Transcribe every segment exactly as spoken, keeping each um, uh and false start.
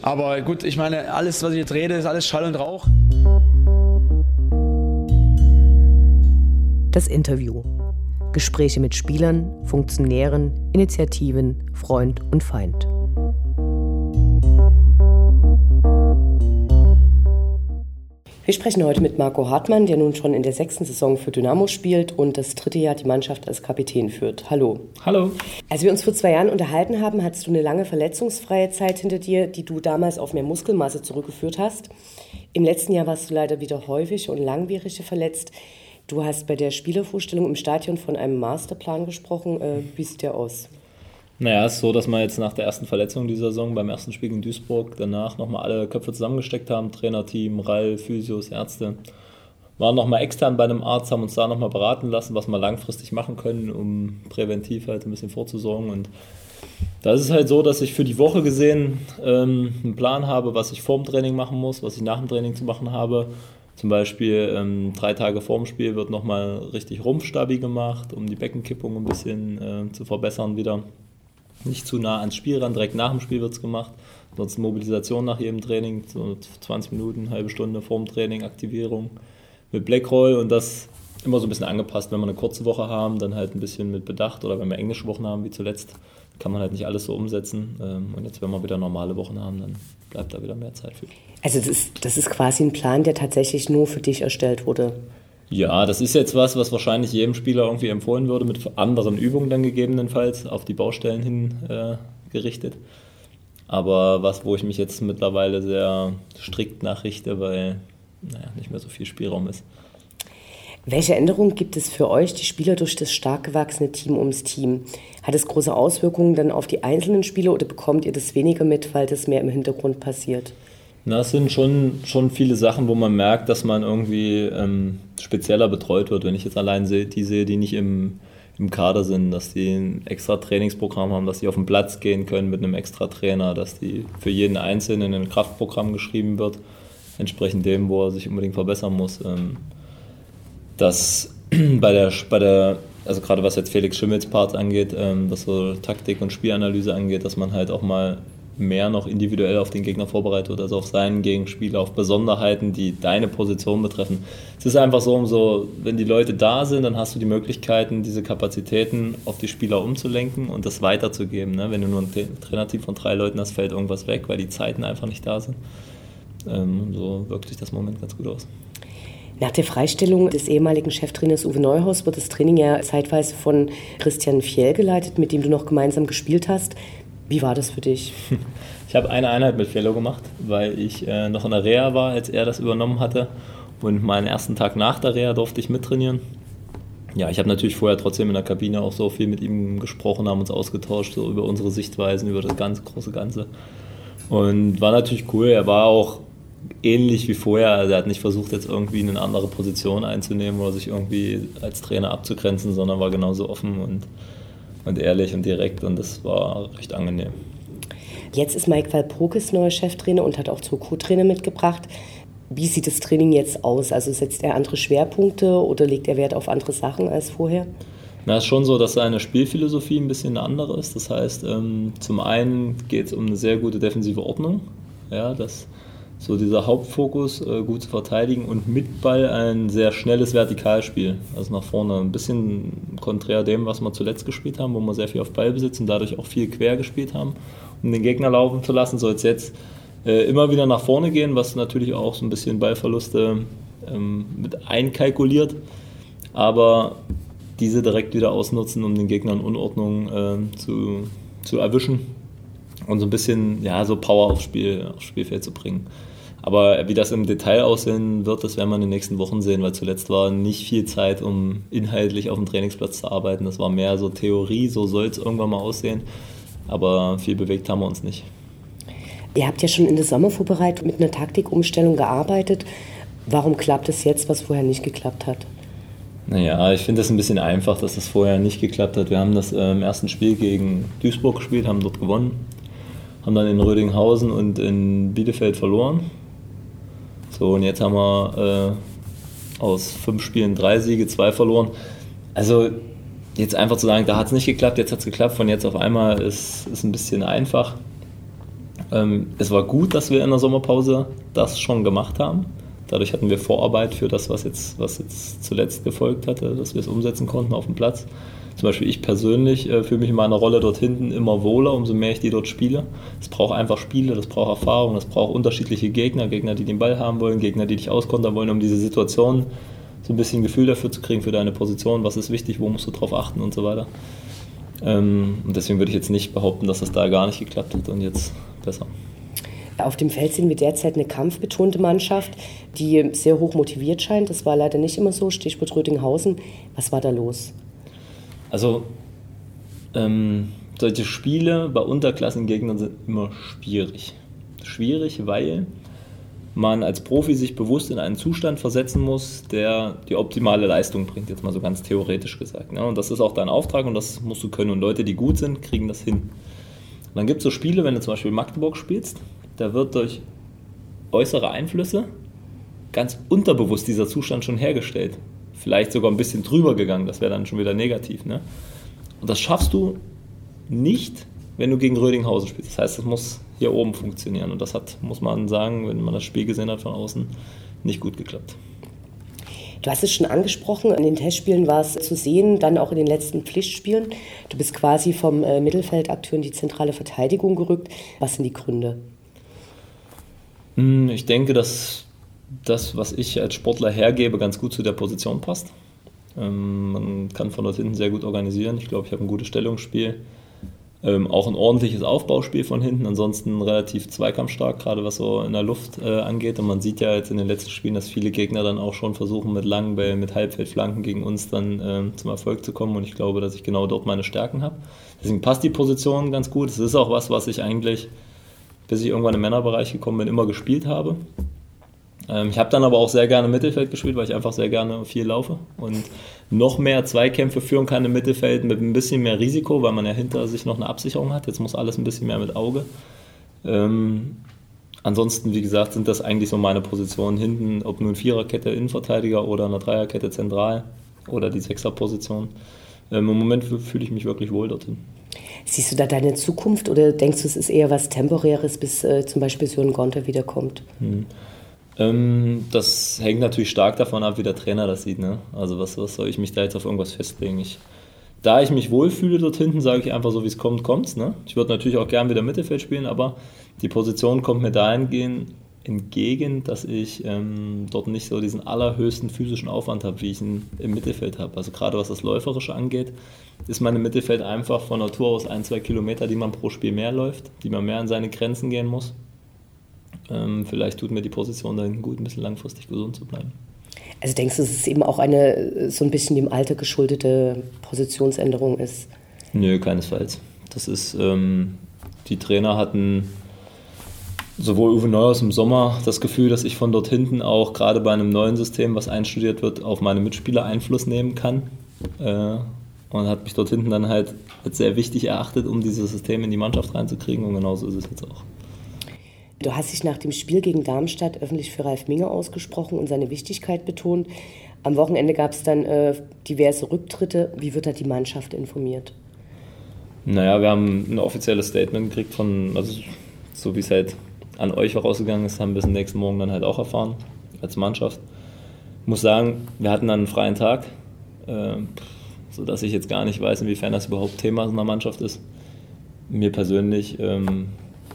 Aber gut, ich meine, alles, was ich jetzt rede, ist alles Schall und Rauch. Das Interview. Gespräche mit Spielern, Funktionären, Initiativen, Freund und Feind. Wir sprechen heute mit Marco Hartmann, der nun schon in der sechsten Saison für Dynamo spielt und das dritte Jahr die Mannschaft als Kapitän führt. Hallo. Hallo. Als wir uns vor zwei Jahren unterhalten haben, hattest du eine lange verletzungsfreie Zeit hinter dir, die du damals auf mehr Muskelmasse zurückgeführt hast. Im letzten Jahr warst du leider wieder häufig und langwierig verletzt. Du hast bei der Spielervorstellung im Stadion von einem Masterplan gesprochen. Äh, wie sieht der aus? Naja, es ist so, dass wir jetzt nach der ersten Verletzung dieser Saison beim ersten Spiel gegen Duisburg danach nochmal alle Köpfe zusammengesteckt haben, Trainerteam, Rall, Physios, Ärzte. Waren nochmal extern bei einem Arzt, haben uns da nochmal beraten lassen, was wir langfristig machen können, um präventiv halt ein bisschen vorzusorgen. Und da ist es halt so, dass ich für die Woche gesehen ähm, einen Plan habe, was ich vor dem Training machen muss, was ich nach dem Training zu machen habe. Zum Beispiel ähm, drei Tage vor dem Spiel wird nochmal richtig Rumpfstabi gemacht, um die Beckenkippung ein bisschen äh, zu verbessern wieder. Nicht zu nah ans Spiel ran, direkt nach dem Spiel wird es gemacht. Ansonsten Mobilisation nach jedem Training, so zwanzig Minuten, eine halbe Stunde vor dem Training, Aktivierung mit Blackroll und das immer so ein bisschen angepasst. Wenn wir eine kurze Woche haben, dann halt ein bisschen mit Bedacht oder wenn wir englische Wochen haben wie zuletzt, kann man halt nicht alles so umsetzen. Und jetzt, wenn wir wieder normale Wochen haben, dann bleibt da wieder mehr Zeit für. Also das ist, das ist quasi ein Plan, der tatsächlich nur für dich erstellt wurde? Ja, das ist jetzt was, was wahrscheinlich jedem Spieler irgendwie empfohlen würde, mit anderen Übungen dann gegebenenfalls auf die Baustellen hin äh, gerichtet. Aber was, wo ich mich jetzt mittlerweile sehr strikt nachrichte, weil naja, nicht mehr so viel Spielraum ist. Welche Änderungen gibt es für euch, die Spieler, durch das stark gewachsene Team ums Team? Hat es große Auswirkungen dann auf die einzelnen Spieler oder bekommt ihr das weniger mit, weil das mehr im Hintergrund passiert? Na, es sind schon, schon viele Sachen, wo man merkt, dass man irgendwie ähm, spezieller betreut wird. Wenn ich jetzt allein sehe, die sehe, die nicht im, im Kader sind, dass die ein extra Trainingsprogramm haben, dass die auf den Platz gehen können mit einem extra Trainer, dass die für jeden Einzelnen ein Kraftprogramm geschrieben wird, entsprechend dem, wo er sich unbedingt verbessern muss. Ähm, dass bei der, bei der, also gerade was jetzt Felix Schimmels Part angeht, ähm, was so Taktik und Spielanalyse angeht, dass man halt auch mal mehr noch individuell auf den Gegner vorbereitet wird, also auf seinen Gegenspieler, auf Besonderheiten, die deine Position betreffen. Es ist einfach so, umso, wenn die Leute da sind, dann hast du die Möglichkeiten, diese Kapazitäten auf die Spieler umzulenken und das weiterzugeben. Ne? Wenn du nur ein Trainerteam von drei Leuten hast, fällt irgendwas weg, weil die Zeiten einfach nicht da sind. Ähm, so wirkt sich das im Moment ganz gut aus. Nach der Freistellung des ehemaligen Cheftrainers Uwe Neuhaus wird das Training ja zeitweise von Christian Fjell geleitet, mit dem du noch gemeinsam gespielt hast. Wie war das für dich? Ich habe eine Einheit mit Fellow gemacht, weil ich äh, noch in der Reha war, als er das übernommen hatte. Und meinen ersten Tag nach der Reha durfte ich mittrainieren. Ja, ich habe natürlich vorher trotzdem in der Kabine auch so viel mit ihm gesprochen, haben uns ausgetauscht so über unsere Sichtweisen, über das ganze große Ganze. Und war natürlich cool. Er war auch ähnlich wie vorher. Also er hat nicht versucht, jetzt irgendwie eine andere Position einzunehmen oder sich irgendwie als Trainer abzugrenzen, sondern war genauso offen und und ehrlich und direkt und das war recht angenehm. Jetzt ist Mike Walpurgis neuer Cheftrainer und hat auch zwei Co-Trainer mitgebracht. Wie sieht das Training jetzt aus? Also setzt er andere Schwerpunkte oder legt er Wert auf andere Sachen als vorher? Na, es ist schon so, dass seine Spielphilosophie ein bisschen eine andere ist. Das heißt, ähm, zum einen geht es um eine sehr gute defensive Ordnung, ja, dass so dieser Hauptfokus, äh, gut zu verteidigen und mit Ball ein sehr schnelles Vertikalspiel, also nach vorne, ein bisschen konträr dem, was wir zuletzt gespielt haben, wo wir sehr viel auf Ballbesitz und dadurch auch viel quer gespielt haben, um den Gegner laufen zu lassen, soll es jetzt äh, immer wieder nach vorne gehen, was natürlich auch so ein bisschen Ballverluste ähm, mit einkalkuliert, aber diese direkt wieder ausnutzen, um den Gegner in Unordnung äh, zu, zu erwischen und so ein bisschen ja, so Power aufs, Spiel, aufs Spielfeld zu bringen. Aber wie das im Detail aussehen wird, das werden wir in den nächsten Wochen sehen, weil zuletzt war nicht viel Zeit, um inhaltlich auf dem Trainingsplatz zu arbeiten. Das war mehr so Theorie, so soll es irgendwann mal aussehen. Aber viel bewegt haben wir uns nicht. Ihr habt ja schon in der Sommervorbereitung mit einer Taktikumstellung gearbeitet. Warum klappt es jetzt, was vorher nicht geklappt hat? Naja, ich finde das ein bisschen einfach, dass das vorher nicht geklappt hat. Wir haben das äh, im ersten Spiel gegen Duisburg gespielt, haben dort gewonnen. Haben dann in Rödinghausen und in Bielefeld verloren. So, und jetzt haben wir äh, aus fünf Spielen drei Siege, zwei verloren. Also jetzt einfach zu sagen, da hat es nicht geklappt, jetzt hat es geklappt, von jetzt auf einmal ist, ist ein bisschen einfach. Ähm, es war gut, dass wir in der Sommerpause das schon gemacht haben. Dadurch hatten wir Vorarbeit für das, was jetzt, was jetzt zuletzt gefolgt hatte, dass wir es umsetzen konnten auf dem Platz. Zum Beispiel ich persönlich äh, fühle mich in meiner Rolle dort hinten immer wohler, umso mehr ich die dort spiele. Es braucht einfach Spiele, das braucht Erfahrung, das braucht unterschiedliche Gegner, Gegner, die den Ball haben wollen, Gegner, die dich auskontern wollen, um diese Situation so ein bisschen Gefühl dafür zu kriegen, für deine Position, was ist wichtig, wo musst du drauf achten und so weiter. Ähm, und deswegen würde ich jetzt nicht behaupten, dass das da gar nicht geklappt hat und jetzt besser. Auf dem Feld sind wir derzeit eine kampfbetonte Mannschaft, die sehr hoch motiviert scheint. Das war leider nicht immer so, Stichwort Rödinghausen. Was war da los? Also, ähm, solche Spiele bei Unterklassengegnern sind immer schwierig. Schwierig, weil man als Profi sich bewusst in einen Zustand versetzen muss, der die optimale Leistung bringt, jetzt mal so ganz theoretisch gesagt. Ne? Und das ist auch dein Auftrag und das musst du können. Und Leute, die gut sind, kriegen das hin. Und dann gibt es so Spiele, wenn du zum Beispiel Magdeburg spielst, da wird durch äußere Einflüsse ganz unterbewusst dieser Zustand schon hergestellt. Vielleicht sogar ein bisschen drüber gegangen, das wäre dann schon wieder negativ. Ne? Und das schaffst du nicht, wenn du gegen Rödinghausen spielst. Das heißt, das muss hier oben funktionieren. Und das hat, muss man sagen, wenn man das Spiel gesehen hat von außen, nicht gut geklappt. Du hast es schon angesprochen, in den Testspielen war es zu sehen, dann auch in den letzten Pflichtspielen. Du bist quasi vom äh, Mittelfeldakteur in die zentrale Verteidigung gerückt. Was sind die Gründe? Ich denke, dass das, was ich als Sportler hergebe, ganz gut zu der Position passt. Ähm, man kann von dort hinten sehr gut organisieren. Ich glaube, ich habe ein gutes Stellungsspiel. Ähm, auch ein ordentliches Aufbauspiel von hinten. Ansonsten relativ zweikampfstark, gerade was so in der Luft äh, angeht. Und man sieht ja jetzt in den letzten Spielen, dass viele Gegner dann auch schon versuchen, mit langen Bällen, mit Halbfeldflanken gegen uns dann ähm, zum Erfolg zu kommen. Und ich glaube, dass ich genau dort meine Stärken habe. Deswegen passt die Position ganz gut. Es ist auch was, was ich eigentlich, bis ich irgendwann im Männerbereich gekommen bin, immer gespielt habe. Ich habe dann aber auch sehr gerne im Mittelfeld gespielt, weil ich einfach sehr gerne viel laufe und noch mehr Zweikämpfe führen kann im Mittelfeld mit ein bisschen mehr Risiko, weil man ja hinter sich noch eine Absicherung hat. Jetzt muss alles ein bisschen mehr mit Auge. Ähm, ansonsten, wie gesagt, sind das eigentlich so meine Positionen hinten, ob nun Viererkette Innenverteidiger oder eine Dreierkette zentral oder die Sechserposition. Ähm, Im Moment fühle ich mich wirklich wohl dorthin. Siehst du da deine Zukunft oder denkst du, es ist eher was Temporäres, bis äh, zum Beispiel Sören Gonter wiederkommt? Hm. Das hängt natürlich stark davon ab, wie der Trainer das sieht. Ne? Also was, was soll ich mich da jetzt auf irgendwas festlegen? Ich, da ich mich wohlfühle dort hinten, sage ich einfach so, wie es kommt, kommt's. Ne? Ich würde natürlich auch gern wieder Mittelfeld spielen, aber die Position kommt mir dahingehend entgegen, dass ich ähm, dort nicht so diesen allerhöchsten physischen Aufwand habe, wie ich ihn im Mittelfeld habe. Also gerade was das Läuferische angeht, ist man im Mittelfeld einfach von Natur aus ein, zwei Kilometer, die man pro Spiel mehr läuft, die man mehr an seine Grenzen gehen muss. Ähm, vielleicht tut mir die Position da hinten gut, ein bisschen langfristig gesund zu bleiben. Also denkst du, dass es eben auch eine so ein bisschen dem Alter geschuldete Positionsänderung ist? Nö, keinesfalls. Das ist, ähm, die Trainer hatten sowohl Uwe Neuhaus im Sommer das Gefühl, dass ich von dort hinten auch gerade bei einem neuen System, was einstudiert wird, auf meine Mitspieler Einfluss nehmen kann. Äh, und hat mich dort hinten dann halt als sehr wichtig erachtet, um dieses System in die Mannschaft reinzukriegen. Und genauso ist es jetzt auch. Du hast dich nach dem Spiel gegen Darmstadt öffentlich für Ralf Minge ausgesprochen und seine Wichtigkeit betont. Am Wochenende gab es dann äh, diverse Rücktritte. Wie wird da die Mannschaft informiert? Naja, wir haben ein offizielles Statement gekriegt von, also so wie es halt an euch rausgegangen ist, haben wir es am nächsten Morgen dann halt auch erfahren, als Mannschaft. Ich muss sagen, wir hatten dann einen freien Tag, äh, sodass ich jetzt gar nicht weiß, inwiefern das überhaupt Thema in der Mannschaft ist. Mir persönlich, ähm,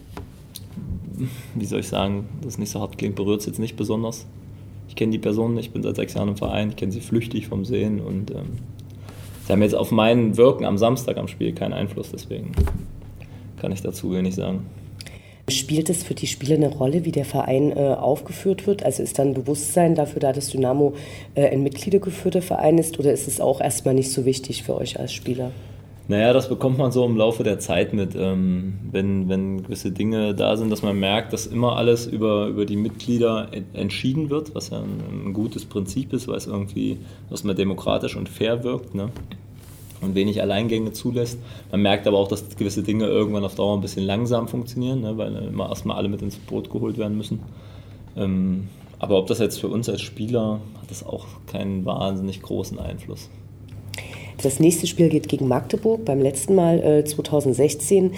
wie soll ich sagen, das nicht so hart klingt, berührt es jetzt nicht besonders. Ich kenne die Person nicht, ich bin seit sechs Jahren im Verein, ich kenne sie flüchtig vom Sehen und ähm, sie haben jetzt auf mein Wirken am Samstag am Spiel keinen Einfluss, deswegen kann ich dazu wenig sagen. Spielt es für die Spieler eine Rolle, wie der Verein äh, aufgeführt wird? Also ist da ein Bewusstsein dafür da, dass Dynamo äh, ein mitgliedergeführter Verein ist, oder ist es auch erstmal nicht so wichtig für euch als Spieler? Naja, das bekommt man so im Laufe der Zeit mit, ähm, wenn, wenn gewisse Dinge da sind, dass man merkt, dass immer alles über, über die Mitglieder entschieden wird, was ja ein, ein gutes Prinzip ist, weil es irgendwie erstmal demokratisch und fair wirkt, ne? Und wenig Alleingänge zulässt. Man merkt aber auch, dass gewisse Dinge irgendwann auf Dauer ein bisschen langsam funktionieren, ne? Weil immer erstmal alle mit ins Boot geholt werden müssen. Ähm, aber ob das jetzt für uns als Spieler, hat das auch keinen wahnsinnig großen Einfluss. Das nächste Spiel geht gegen Magdeburg. Beim letzten Mal äh, zwanzig sechzehn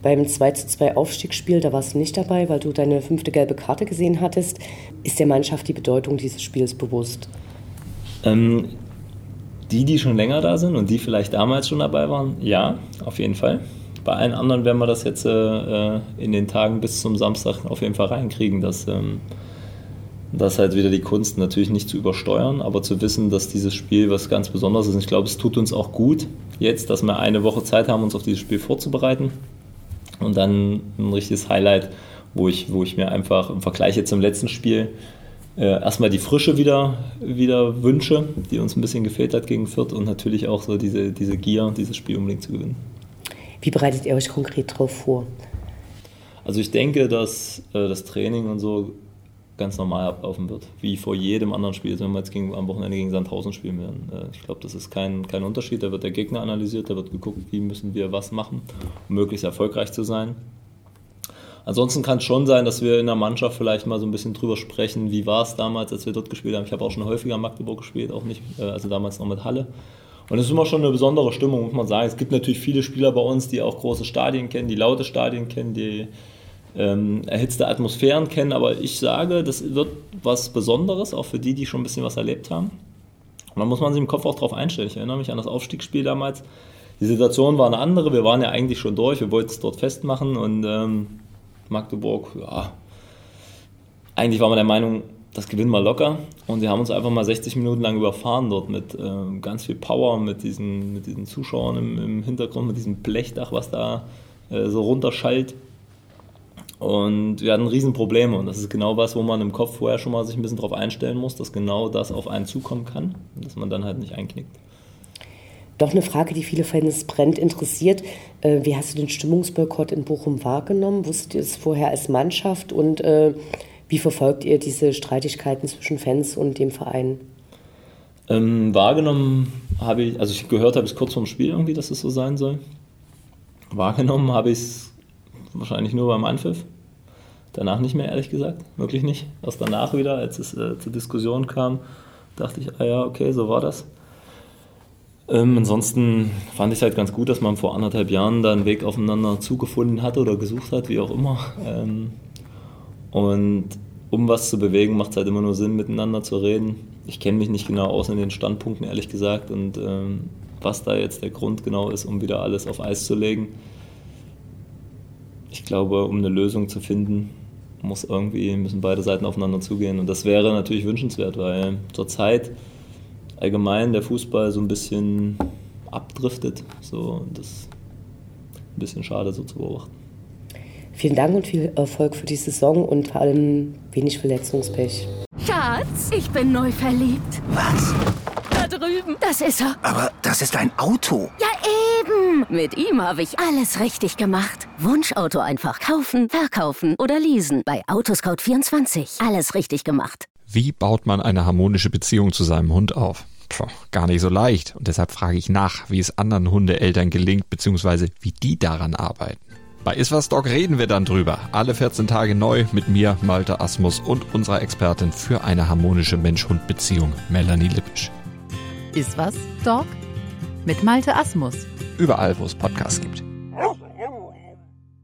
Beim zwei zu zwei Aufstiegsspiel, da warst du nicht dabei, weil du deine fünfte gelbe Karte gesehen hattest. Ist der Mannschaft die Bedeutung dieses Spiels bewusst? Ähm, die, die schon länger da sind und die vielleicht damals schon dabei waren, ja, auf jeden Fall. Bei allen anderen werden wir das jetzt äh, in den Tagen bis zum Samstag auf jeden Fall reinkriegen, dass ähm, das halt wieder die Kunst, natürlich nicht zu übersteuern, aber zu wissen, dass dieses Spiel was ganz Besonderes ist. Und ich glaube, es tut uns auch gut jetzt, dass wir eine Woche Zeit haben, uns auf dieses Spiel vorzubereiten. Und dann ein richtiges Highlight, wo ich, wo ich mir einfach im Vergleich jetzt zum letzten Spiel äh, erstmal die Frische wieder, wieder wünsche, die uns ein bisschen gefehlt hat gegen Fürth und natürlich auch so diese, diese Gier, dieses Spiel unbedingt zu gewinnen. Wie bereitet ihr euch konkret darauf vor? Also ich denke, dass äh, das Training und so ganz normal ablaufen wird, wie vor jedem anderen Spiel, wenn wir jetzt gegen, am Wochenende gegen Sandhausen spielen werden. Äh, ich glaube, das ist kein, kein Unterschied, da wird der Gegner analysiert, da wird geguckt, wie müssen wir was machen, um möglichst erfolgreich zu sein. Ansonsten kann es schon sein, dass wir in der Mannschaft vielleicht mal so ein bisschen drüber sprechen, wie war es damals, als wir dort gespielt haben. Ich habe auch schon häufiger in Magdeburg gespielt, auch nicht, äh, also damals noch mit Halle. Und es ist immer schon eine besondere Stimmung, muss man sagen. Es gibt natürlich viele Spieler bei uns, die auch große Stadien kennen, die laute Stadien kennen, die ähm, erhitzte Atmosphären kennen. Aber ich sage, das wird was Besonderes, auch für die, die schon ein bisschen was erlebt haben. Und da muss man sich im Kopf auch drauf einstellen. Ich erinnere mich an das Aufstiegsspiel damals. Die Situation war eine andere. Wir waren ja eigentlich schon durch. Wir wollten es dort festmachen. Und ähm, Magdeburg, ja, eigentlich waren wir der Meinung, das gewinnen wir locker. Und sie haben uns einfach mal sechzig Minuten lang überfahren dort mit äh, ganz viel Power, mit diesen, mit diesen Zuschauern im, im Hintergrund, mit diesem Blechdach, was da äh, so runterschallt. Und wir hatten Riesenprobleme. Und das ist genau was, wo man im Kopf vorher schon mal sich ein bisschen drauf einstellen muss, dass genau das auf einen zukommen kann und dass man dann halt nicht einknickt. Doch eine Frage, die viele Fans brennend interessiert. Äh, wie hast du den Stimmungsboykott in Bochum wahrgenommen? Wusstet ihr es vorher als Mannschaft? Und äh, wie verfolgt ihr diese Streitigkeiten zwischen Fans und dem Verein? Ähm, wahrgenommen habe ich, also ich gehört habe ich es kurz vorm Spiel irgendwie, dass es so sein soll. Wahrgenommen habe ich es wahrscheinlich nur beim Anpfiff. Danach nicht mehr, ehrlich gesagt. Wirklich nicht. Erst danach wieder, als es äh, zur Diskussion kam, dachte ich, ah ja, okay, so war das. Ähm, ansonsten fand ich es halt ganz gut, dass man vor anderthalb Jahren da einen Weg aufeinander zugefunden hatte oder gesucht hat, wie auch immer. Ähm, und um was zu bewegen, macht es halt immer nur Sinn, miteinander zu reden. Ich kenne mich nicht genau aus in den Standpunkten, ehrlich gesagt, und ähm, was da jetzt der Grund genau ist, um wieder alles auf Eis zu legen. Ich glaube, um eine Lösung zu finden, muss irgendwie, müssen beide Seiten aufeinander zugehen. Und das wäre natürlich wünschenswert, weil zurzeit allgemein der Fußball so ein bisschen abdriftet. So, und das ist ein bisschen schade so zu beobachten. Vielen Dank und viel Erfolg für die Saison und vor allem wenig Verletzungspech. Schatz, ich bin neu verliebt. Was? Da drüben. Das ist er. Aber das ist ein Auto. Ja, eben. Mit ihm habe ich alles richtig gemacht. Wunschauto einfach kaufen, verkaufen oder leasen. Bei Autoscout vierundzwanzig. Alles richtig gemacht. Wie baut man eine harmonische Beziehung zu seinem Hund auf? Puh, gar nicht so leicht. Und deshalb frage ich nach, wie es anderen Hundeeltern gelingt, beziehungsweise wie die daran arbeiten. Bei Iswas Dog reden wir dann drüber. Alle vierzehn Tage neu mit mir, Malte Asmus und unserer Expertin für eine harmonische Mensch-Hund-Beziehung, Melanie Lippisch. Iswas Dog mit Malte Asmus. Überall, wo es Podcasts gibt.